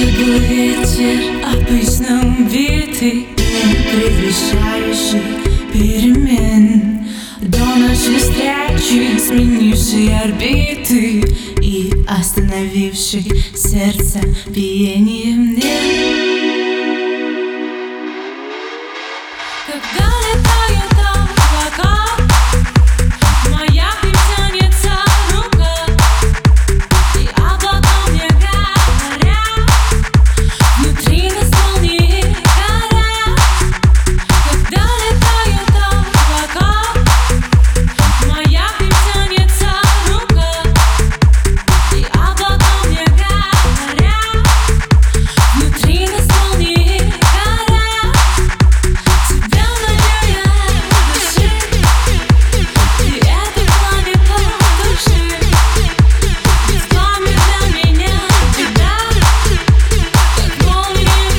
был ветер, обычно убитый, предвещающий перемен, до нашей встречи сменивший орбиты и остановивший сердце биение мне. Когда летают облака, моя к ним тянется рука, и облака мне говорят, внутри нас молнии горят. Когда летают облака, моя к ним тянется рука, и облака мне говорят, внутри нас молнии горят. Тебя молю я души, и это пламя потуши, ведь пламя для меня беда, как молнии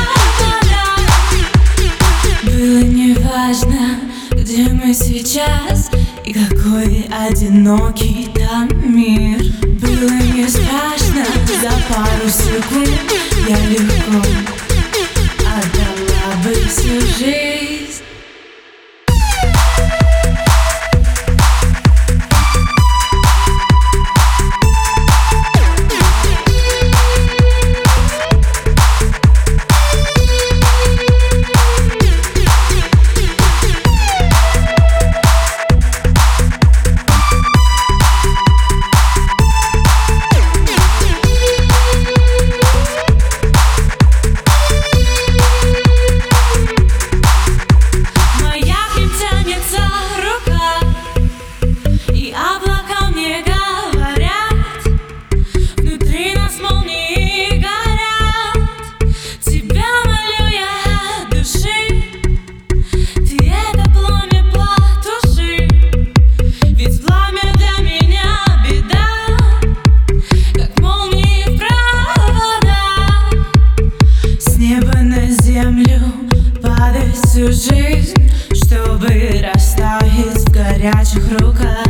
пропадают. Было неважно, где мы сейчас и какой одинокий там мир. Было не страшно, за пару секунд я легко отдала бы всю жизнь. Падает всю жизнь, чтобы растаять в горячих руках.